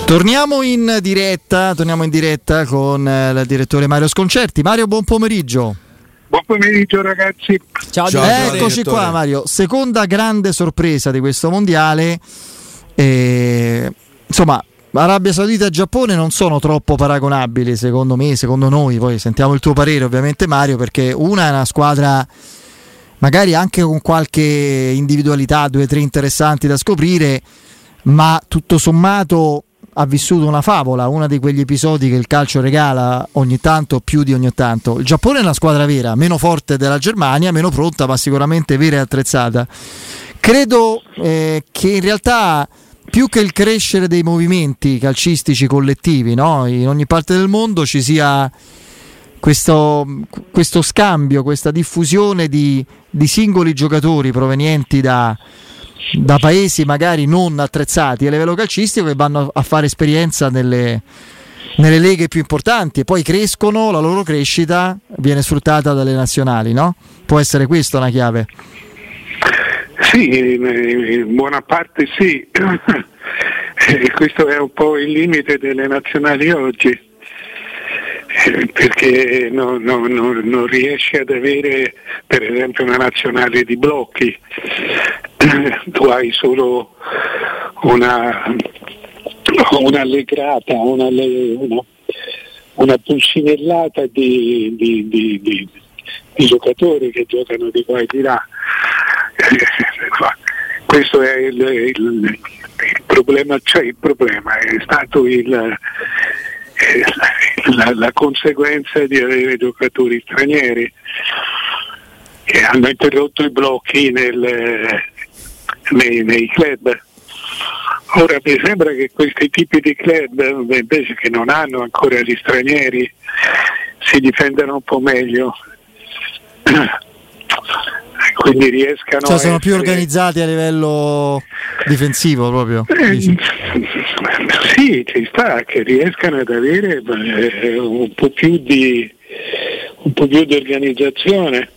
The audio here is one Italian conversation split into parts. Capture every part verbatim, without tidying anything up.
Torniamo in diretta, torniamo in diretta con eh, il direttore Mario Sconcerti. Mario, buon pomeriggio. Buon pomeriggio ragazzi. Ciao, ciao eccoci ciao, qua Mario. Seconda grande sorpresa di questo mondiale. Eh, insomma, Arabia Saudita e Giappone non sono troppo paragonabili secondo me, secondo noi. Poi sentiamo il tuo parere ovviamente Mario, perché una è una squadra magari anche con qualche individualità, due o tre interessanti da scoprire, ma tutto sommato ha vissuto una favola, uno di quegli episodi che il calcio regala ogni tanto, più di ogni tanto. Il Giappone è una squadra vera, meno forte della Germania, meno pronta, ma sicuramente vera e attrezzata. Credo eh, che in realtà più che il crescere dei movimenti calcistici collettivi, no? In ogni parte del mondo ci sia questo, questo scambio, questa diffusione di, di singoli giocatori provenienti da da paesi magari non attrezzati a livello calcistico, che vanno a fare esperienza nelle, nelle leghe più importanti e poi crescono, la loro crescita viene sfruttata dalle nazionali, no? Può essere questa una chiave? Sì, in buona parte sì. Questo è un po' il limite delle nazionali oggi, perché non, non, non, non riesci ad avere per esempio una nazionale di blocchi. Tu hai solo una un'allegrata, una, una, una pulcinellata di, di, di, di, di giocatori che giocano di qua e di là. Questo è il, il, il problema, cioè il problema è stato il, la, la conseguenza di avere giocatori stranieri che hanno interrotto i blocchi nel, nei, nei club. Ora mi sembra che questi tipi di club, invece che non hanno ancora gli stranieri, si difendano un po' meglio, quindi riescano cioè sono a più essere... organizzati a livello difensivo proprio. Eh, sì, ci sta, che riescano ad avere eh, un po' più di un po' più di organizzazione.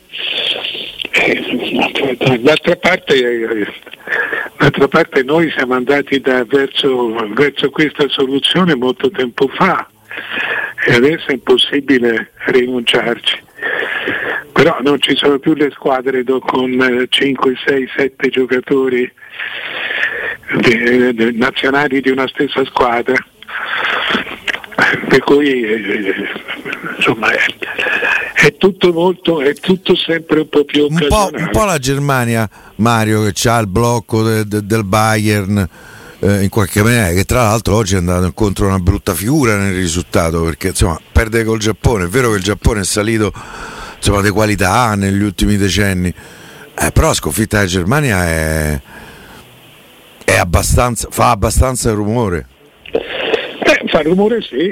D'altra parte, d'altra parte noi siamo andati da, verso, verso questa soluzione molto tempo fa e adesso è impossibile rinunciarci. Però non ci sono più le squadre con cinque, sei, sette giocatori de, de, nazionali di una stessa squadra, per cui eh, insomma è, è tutto molto, è tutto sempre un po' più occasionale. Un po', un po' la Germania, Mario, che ha il blocco de, de, del Bayern eh, in qualche maniera, che tra l'altro oggi è andato incontro a una brutta figura nel risultato, perché insomma perde col Giappone. È vero che il Giappone è salito insomma di qualità negli ultimi decenni, eh, però la sconfitta della Germania è, è abbastanza, fa abbastanza rumore. Eh, fa rumore sì,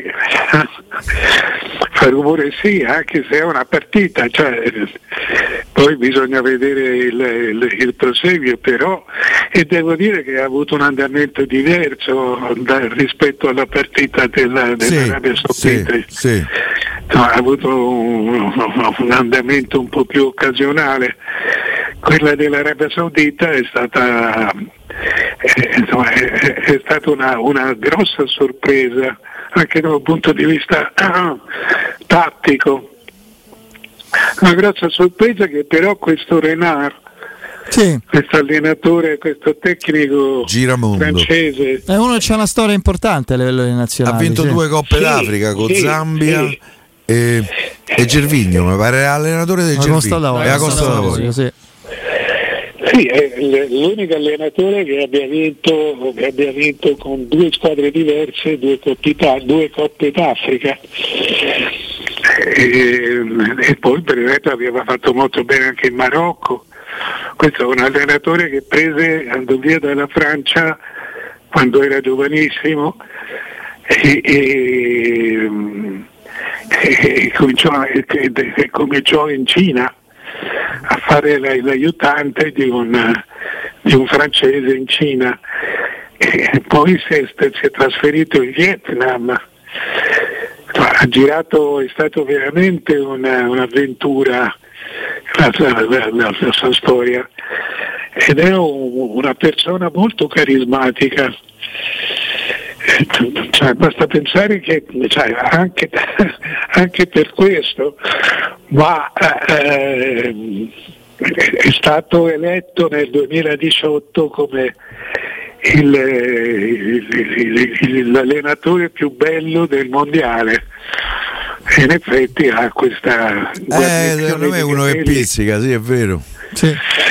fa rumore sì, anche se è una partita, cioè, poi bisogna vedere il, il, il proseguio, però, e devo dire che ha avuto un andamento diverso da, rispetto alla partita della, dell'Arabia Saudita. Sì, sì. No, ha avuto un, un andamento un po' più occasionale. Quella dell'Arabia Saudita è stata eh, insomma, è, è stata una, una grossa sorpresa anche dal punto di vista uh, tattico, una grossa sorpresa che però questo Renard, sì, questo allenatore, questo tecnico Giramondo francese, è uno che c'ha una storia importante a livello nazionale, ha vinto sì. due Coppe sì, d'Africa con sì, Zambia sì. E, e Gervinho, mi pare allenatore del Gervinho, è a Costa d'Avorio. Sì. Sì, è l'unico allenatore che abbia vinto, che abbia vinto con due squadre diverse due Coppe, due Coppe d'Africa. E, e poi per il resto aveva fatto molto bene anche in Marocco. Questo è un allenatore che prese, andò via dalla Francia quando era giovanissimo e, e, e, cominciò, e, e cominciò in Cina a fare l'aiutante di un, di un francese in Cina e poi si è, si è trasferito in Vietnam. Ha girato, è stato veramente una, un'avventura la, la, la, la, la sua storia, ed è un, una persona molto carismatica. Cioè, basta pensare che cioè, anche, anche per questo ma, eh, è stato eletto nel duemiladiciotto come il, il, il, il, l'allenatore più bello del mondiale. E in effetti ha questa eh, secondo me è uno che pizzica, sì, è vero. Sì.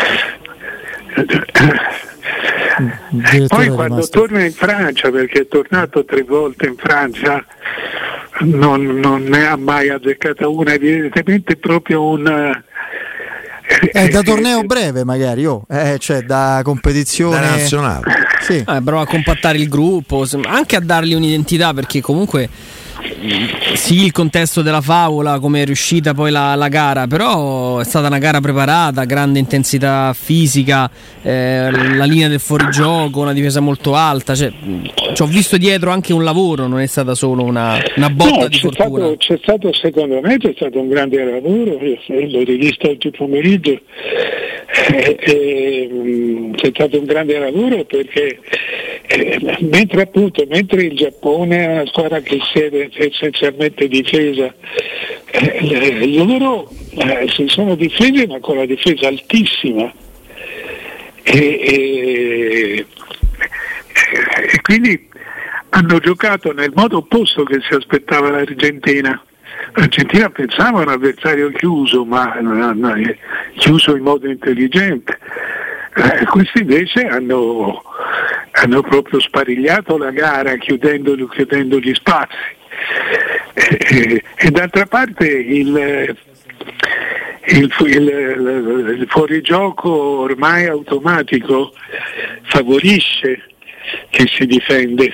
Poi quando torna in Francia, perché è tornato tre volte in Francia, non, non ne ha mai azzeccata una, evidentemente proprio un è da torneo breve magari, oh. eh, cioè da competizione da nazionale. Sì. Eh, prova a compattare il gruppo, anche a dargli un'identità, perché comunque sì, il contesto della favola, come è riuscita poi la, la gara, però è stata una gara preparata, grande intensità fisica, eh, la linea del fuorigioco, una difesa molto alta, cioè, ci ho visto dietro anche un lavoro, non è stata solo una, una botta no, di c'è fortuna. Stato, c'è stato secondo me c'è stato un grande lavoro, io l'ho rivisto oggi pomeriggio, eh, eh, c'è stato un grande lavoro perché eh, mentre appunto mentre il Giappone è una squadra che siede essenzialmente difesa, eh, loro eh, si sono difesi ma con la difesa altissima e, e, e quindi hanno giocato nel modo opposto che si aspettava l'Argentina. L'Argentina pensava a un avversario chiuso, ma no, no, chiuso in modo intelligente. Eh, questi invece hanno, hanno proprio sparigliato la gara chiudendo, chiudendo gli spazi. E, e d'altra parte il, il, il, il fuorigioco ormai automatico favorisce chi si difende,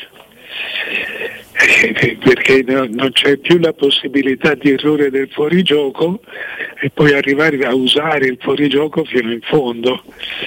perché non c'è più la possibilità di errore del fuorigioco e poi arrivare a usare il fuorigioco fino in fondo.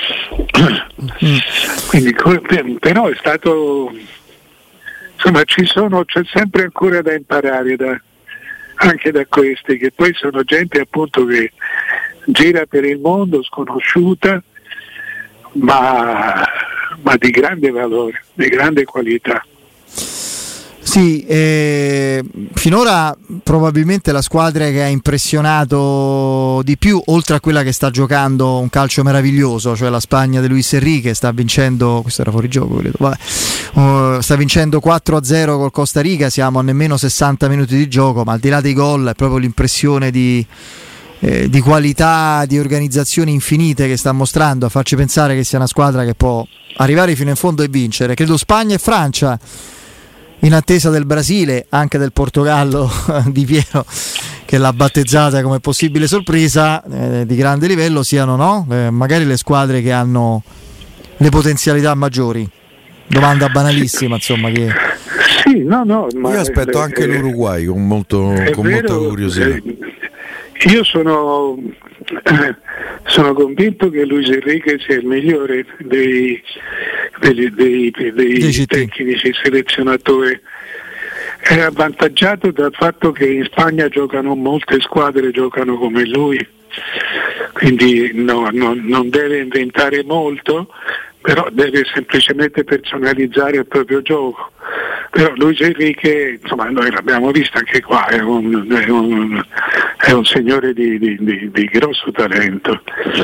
Quindi, però è stato, insomma, ci sono, c'è sempre ancora da imparare da, anche da questi, che poi sono gente appunto che gira per il mondo sconosciuta, ma, ma di grande valore, di grande qualità. Sì, eh, finora probabilmente la squadra che ha impressionato di più, oltre a quella che sta giocando un calcio meraviglioso, cioè la Spagna di Luis Enrique, sta vincendo, questo era fuori gioco, credo, vabbè, uh, sta vincendo quattro a zero col Costa Rica, siamo a nemmeno sessanta minuti di gioco, ma al di là dei gol è proprio l'impressione di, eh, di qualità, di organizzazioni infinite che sta mostrando, a farci pensare che sia una squadra che può arrivare fino in fondo e vincere. Credo Spagna e Francia, in attesa del Brasile, anche del Portogallo di Piero, che l'ha battezzata come possibile sorpresa, eh, di grande livello, siano, no? Eh, magari le squadre che hanno le potenzialità maggiori. Domanda banalissima, insomma. Che... Sì, no, no. Ma io aspetto anche eh, l'Uruguay con, molto, con vero, molta curiosità. Eh, io sono, eh, sono convinto che Luis Enrique sia il migliore dei, dei, dei, dei tecnici selezionatori. È avvantaggiato dal fatto che in Spagna giocano molte squadre, giocano come lui, quindi no, no, non deve inventare molto, però deve semplicemente personalizzare il proprio gioco. Però Luis Enrique, insomma, noi l'abbiamo visto anche qua, è un, è un, è un signore di, di, di, di grosso talento.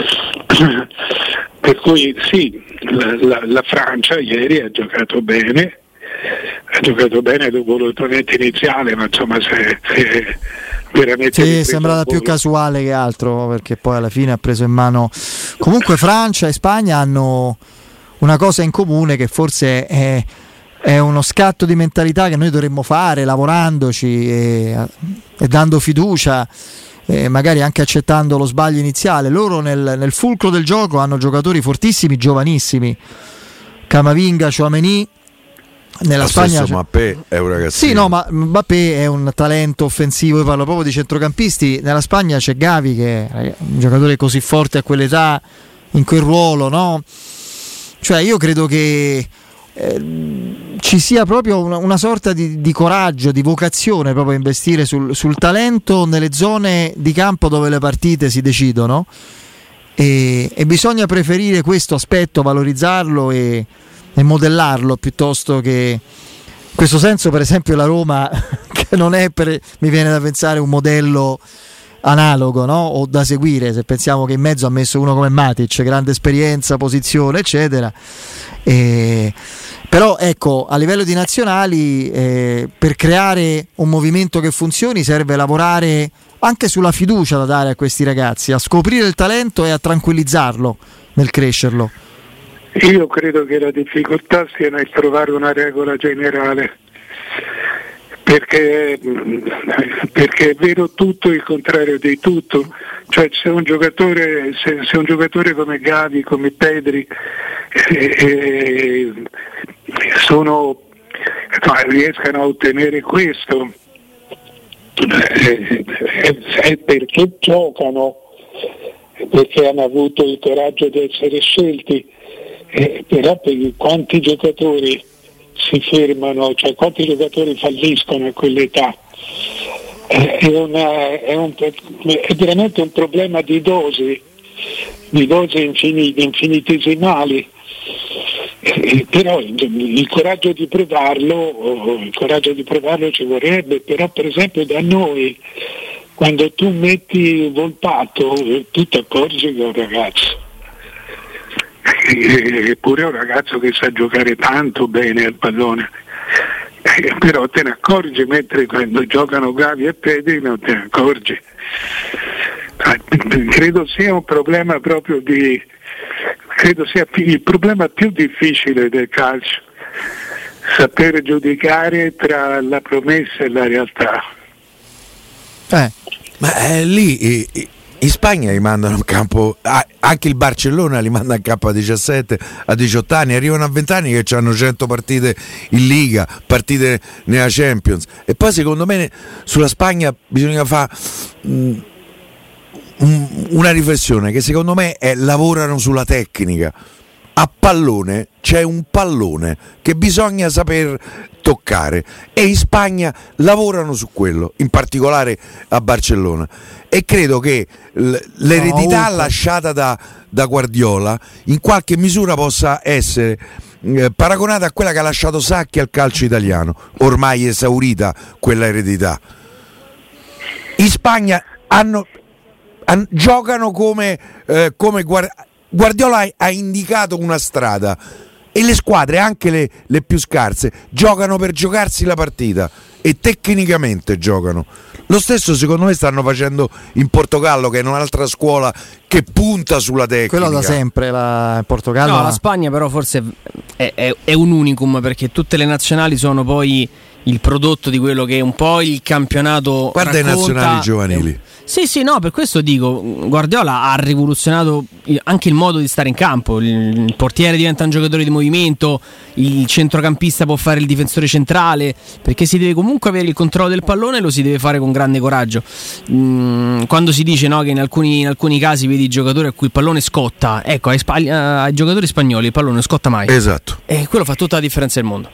Per cui sì, la, la, la Francia ieri ha giocato bene, ha giocato bene dopo l'ottonetto iniziale, ma insomma se, se veramente... Sì, sembrava più casuale che altro, perché poi alla fine ha preso in mano... Comunque Francia e Spagna hanno una cosa in comune, che forse è... è uno scatto di mentalità che noi dovremmo fare lavorandoci e, e dando fiducia, e magari anche accettando lo sbaglio iniziale. Loro nel, nel fulcro del gioco hanno giocatori fortissimi, giovanissimi, Camavinga, Tchouaméni. Nella Lo Spagna Mbappé è un ragazzino. Sì, no, ma Mbappé è un talento offensivo, io parlo proprio di centrocampisti. Nella Spagna c'è Gavi, che è un giocatore così forte a quell'età, in quel ruolo, no? Cioè io credo che Eh, ci sia proprio una, una sorta di, di coraggio, di vocazione proprio a investire sul, sul talento nelle zone di campo dove le partite si decidono, e, e bisogna preferire questo aspetto, valorizzarlo e, e modellarlo piuttosto che In questo senso, per esempio, la Roma, che non è, per, mi viene da pensare, un modello analogo, no? O da seguire, se pensiamo che in mezzo ha messo uno come Matic, grande esperienza, posizione, eccetera. E, però ecco, a livello di nazionali, eh, per creare un movimento che funzioni serve lavorare anche sulla fiducia da dare a questi ragazzi, a scoprire il talento e a tranquillizzarlo nel crescerlo. Io credo che la difficoltà sia nel trovare una regola generale, perché, perché è vero tutto il contrario di tutto. Cioè se un giocatore, se, se un giocatore come Gavi, come Pedri eh, eh, sono, no, riescano a ottenere questo, eh, è perché giocano, perché hanno avuto il coraggio di essere scelti. Eh, però per quanti giocatori si fermano, cioè quanti giocatori falliscono a quell'età? Eh, è, una, è, un, è veramente un problema di dosi, di dosi infiniti, infinitesimali. Eh, però il, il coraggio di provarlo, il coraggio di provarlo ci vorrebbe, però per esempio da noi, quando tu metti Volpato, tu ti accorgi che è un ragazzo. Eppure è un ragazzo che sa giocare tanto bene al pallone, eh, però te ne accorgi, mentre quando giocano Gavi e Pedri non te ne accorgi. Eh, credo sia un problema proprio di credo sia il problema più difficile del calcio, sapere giudicare tra la promessa e la realtà. Eh, ma eh, lì eh, in Spagna li mandano in campo, anche il Barcellona li manda in campo a diciassette, a diciotto anni, arrivano a venti anni che hanno cento partite in Liga, partite nella Champions. E poi secondo me sulla Spagna bisogna fare mh, una riflessione, che secondo me è lavorano sulla tecnica. A pallone c'è un pallone che bisogna saper toccare e in Spagna lavorano su quello, in particolare a Barcellona, e credo che l'eredità no, lasciata da, da Guardiola in qualche misura possa essere eh, paragonata a quella che ha lasciato Sacchi al calcio italiano, ormai esaurita quella eredità. In Spagna hanno, hanno, giocano come, eh, come Guardiola Guardiola ha indicato una strada e le squadre, anche le, le più scarse, giocano per giocarsi la partita e tecnicamente giocano. Lo stesso secondo me stanno facendo in Portogallo, che è un'altra scuola che punta sulla tecnica. Quello da sempre, la in Portogallo. No, la Spagna però forse è, è, è un unicum, perché tutte le nazionali sono poi il prodotto di quello che è un po' il campionato. Guarda racconta, i nazionali giovanili. È, sì, sì, no, per questo dico, Guardiola ha rivoluzionato anche il modo di stare in campo. Il portiere diventa un giocatore di movimento, il centrocampista può fare il difensore centrale, perché si deve comunque avere il controllo del pallone e lo si deve fare con grande coraggio. Mm, quando si dice, no, che in alcuni, in alcuni casi vedi giocatori a cui il pallone scotta, ecco, ai, spa- ai giocatori spagnoli il pallone non scotta mai. Esatto. E quello fa tutta la differenza del mondo.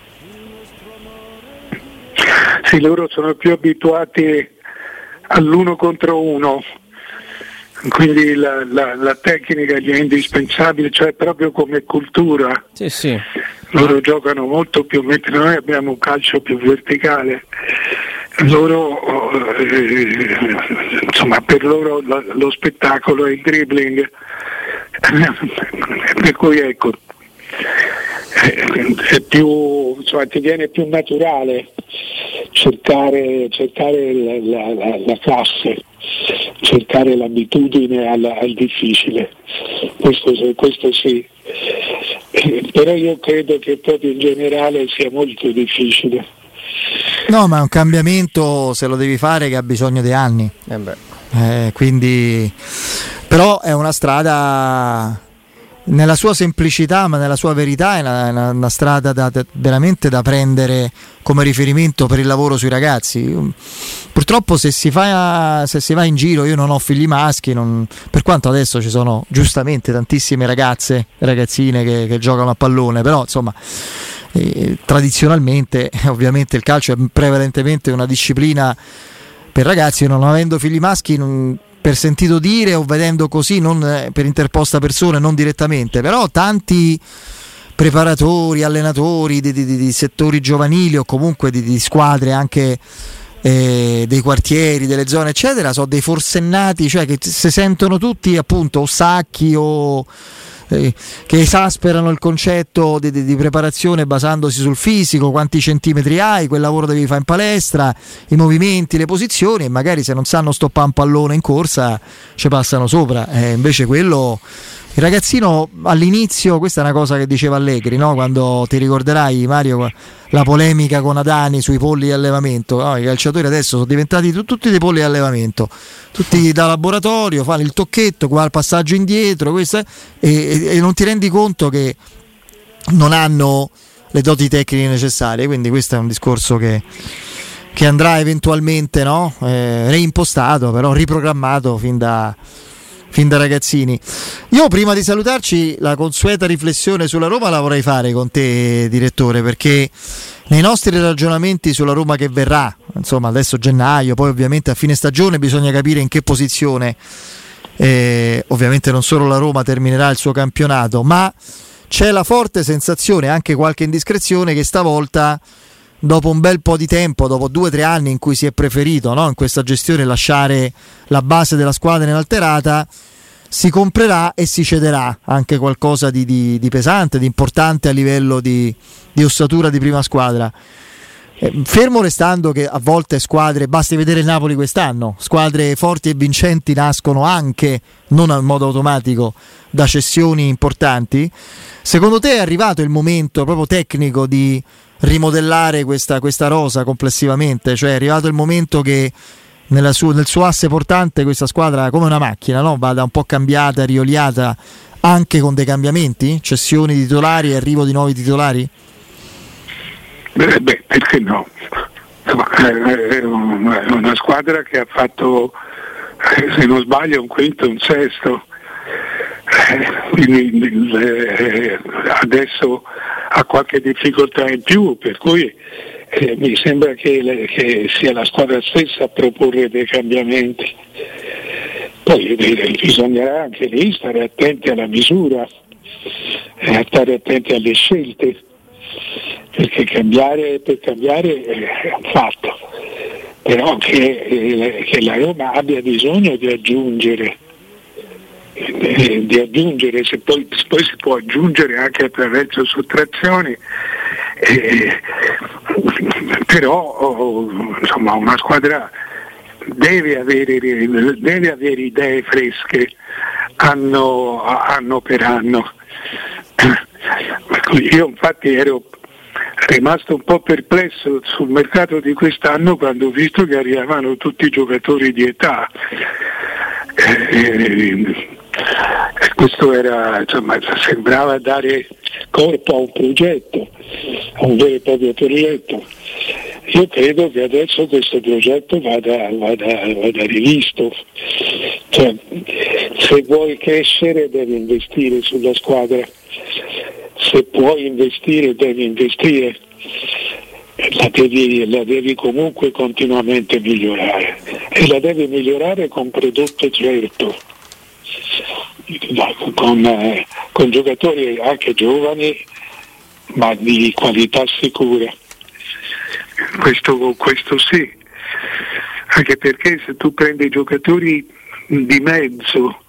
Sì, loro sono più abituati all'uno contro uno, quindi la, la, la tecnica gli è indispensabile, cioè proprio come cultura. Sì, sì. Loro giocano molto più, mentre noi abbiamo un calcio più verticale. Loro, eh, insomma, per loro lo, lo spettacolo è il dribbling, per cui ecco, è più, insomma, ti viene più naturale cercare, cercare la, la, la classe, cercare l'abitudine al, al difficile, questo, questo sì, eh, però io credo che proprio in generale sia molto difficile. No, ma è un cambiamento, se lo devi fare, che ha bisogno di anni, eh beh. Eh, quindi però è una strada, nella sua semplicità ma nella sua verità, è una, una, una strada da, da, veramente da prendere come riferimento per il lavoro sui ragazzi. Purtroppo se si fa, se si va in giro, io non ho figli maschi, non, per quanto adesso ci sono giustamente tantissime ragazze, ragazzine che, che giocano a pallone, però insomma eh, tradizionalmente ovviamente il calcio è prevalentemente una disciplina per ragazzi. Io non avendo figli maschi, non, per sentito dire o vedendo così, non per interposta persona, non direttamente, però tanti preparatori, allenatori di, di, di settori giovanili o comunque di, di squadre anche eh, dei quartieri, delle zone eccetera, sono dei forsennati, cioè che si sentono tutti appunto o sacchi o eh, che esasperano il concetto di, di, di preparazione basandosi sul fisico, quanti centimetri hai, quel lavoro devi fare in palestra, i movimenti, le posizioni, e magari se non sanno stoppare un pallone in corsa ci passano sopra, eh, invece quello il ragazzino all'inizio, questa è una cosa che diceva Allegri, no? Quando ti ricorderai, Mario, la polemica con Adani sui polli di allevamento, no? I calciatori adesso sono diventati t- tutti dei polli di allevamento, tutti da laboratorio, fanno il tocchetto, qua il passaggio indietro, questo, e, e, e non ti rendi conto che non hanno le doti tecniche necessarie, quindi questo è un discorso che, che andrà eventualmente, no? eh, reimpostato, però riprogrammato fin da... fin da ragazzini. Io prima di salutarci la consueta riflessione sulla Roma la vorrei fare con te, direttore, perché nei nostri ragionamenti sulla Roma che verrà, insomma adesso gennaio, poi ovviamente a fine stagione bisogna capire in che posizione eh, ovviamente non solo la Roma terminerà il suo campionato, ma c'è la forte sensazione, anche qualche indiscrezione, che stavolta dopo un bel po' di tempo, dopo due o tre anni in cui si è preferito, no, in questa gestione lasciare la base della squadra inalterata, si comprerà e si cederà anche qualcosa di, di, di pesante, di importante a livello di, di ossatura di prima squadra. Eh, fermo restando che a volte squadre, basti vedere il Napoli quest'anno, squadre forti e vincenti nascono anche, non in modo automatico, da cessioni importanti. Secondo te è arrivato il momento proprio tecnico di rimodellare questa, questa rosa complessivamente? Cioè è arrivato il momento che nella su, nel suo asse portante questa squadra, come una macchina, no? Vada un po' cambiata, rioliata, anche con dei cambiamenti, cessioni di titolari e arrivo di nuovi titolari? Beh, beh perché no? È una squadra che ha fatto, se non sbaglio, un quinto e un sesto, quindi adesso ha qualche difficoltà in più, per cui eh, mi sembra che, le, che sia la squadra stessa a proporre dei cambiamenti. Poi eh, bisognerà anche lì stare attenti alla misura e a stare attenti alle scelte, perché cambiare per cambiare è un fatto, però che, eh, che la Roma abbia bisogno di aggiungere di aggiungere, se poi, poi si può aggiungere anche attraverso sottrazioni, eh, però oh, insomma una squadra deve avere, deve avere idee fresche anno, anno per anno. Io infatti ero rimasto un po' perplesso sul mercato di quest'anno quando ho visto che arrivavano tutti i giocatori di età. Eh, questo era, insomma, sembrava dare corpo a un progetto, a un vero e proprio progetto. Io credo che adesso questo progetto vada, vada, vada rivisto. Cioè, se vuoi crescere devi investire sulla squadra, se puoi investire devi investire, la devi, la devi comunque continuamente migliorare e la devi migliorare con prodotto certo. Con, eh, con giocatori anche giovani ma di qualità sicura, questo, questo sì, anche perché se tu prendi giocatori di mezzo,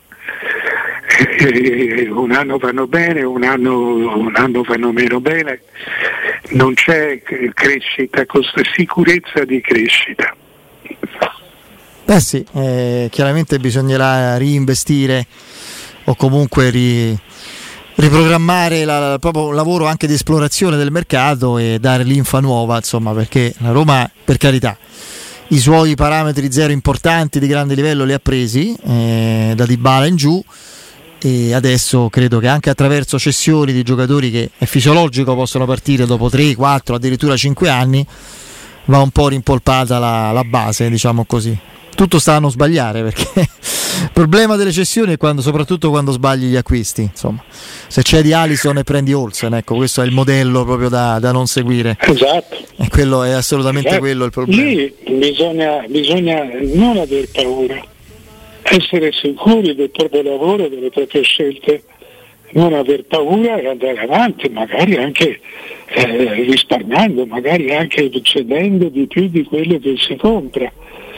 eh, un anno vanno bene, un anno, un anno vanno meno bene, non c'è crescita, questa sicurezza di crescita. Beh sì, eh, chiaramente bisognerà reinvestire o comunque ri, riprogrammare la, proprio un lavoro anche di esplorazione del mercato e dare linfa nuova, insomma, perché la Roma, per carità, i suoi parametri zero importanti di grande livello li ha presi eh, da Dybala in giù, e adesso credo che anche attraverso cessioni di giocatori che è fisiologico possono partire dopo tre, quattro, addirittura cinque anni, va un po' rimpolpata la, la base, diciamo così. Tutto sta a non sbagliare, perché il problema delle cessioni è quando, soprattutto quando sbagli gli acquisti, insomma, se c'è di Alisson e prendi Olsen, ecco, questo è il modello proprio da, da non seguire. Esatto. E quello è assolutamente esatto. Quello il problema. Lì bisogna, bisogna non aver paura, essere sicuri del proprio lavoro, delle proprie scelte non aver paura e andare avanti, magari anche eh, risparmiando, magari anche cedendo di più di quello che si compra.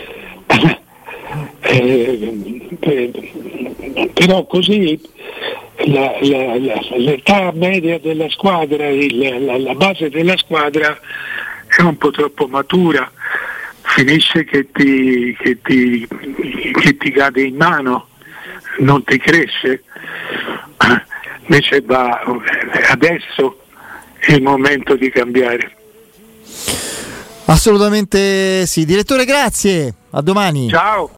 Eh, però così la, la, la, l'età media della squadra, il, la, la base della squadra è un po' troppo matura, finisce che ti, che ti, che ti cade in mano, non ti cresce. Invece va, adesso è il momento di cambiare. Assolutamente sì. Direttore, grazie, a domani. Ciao.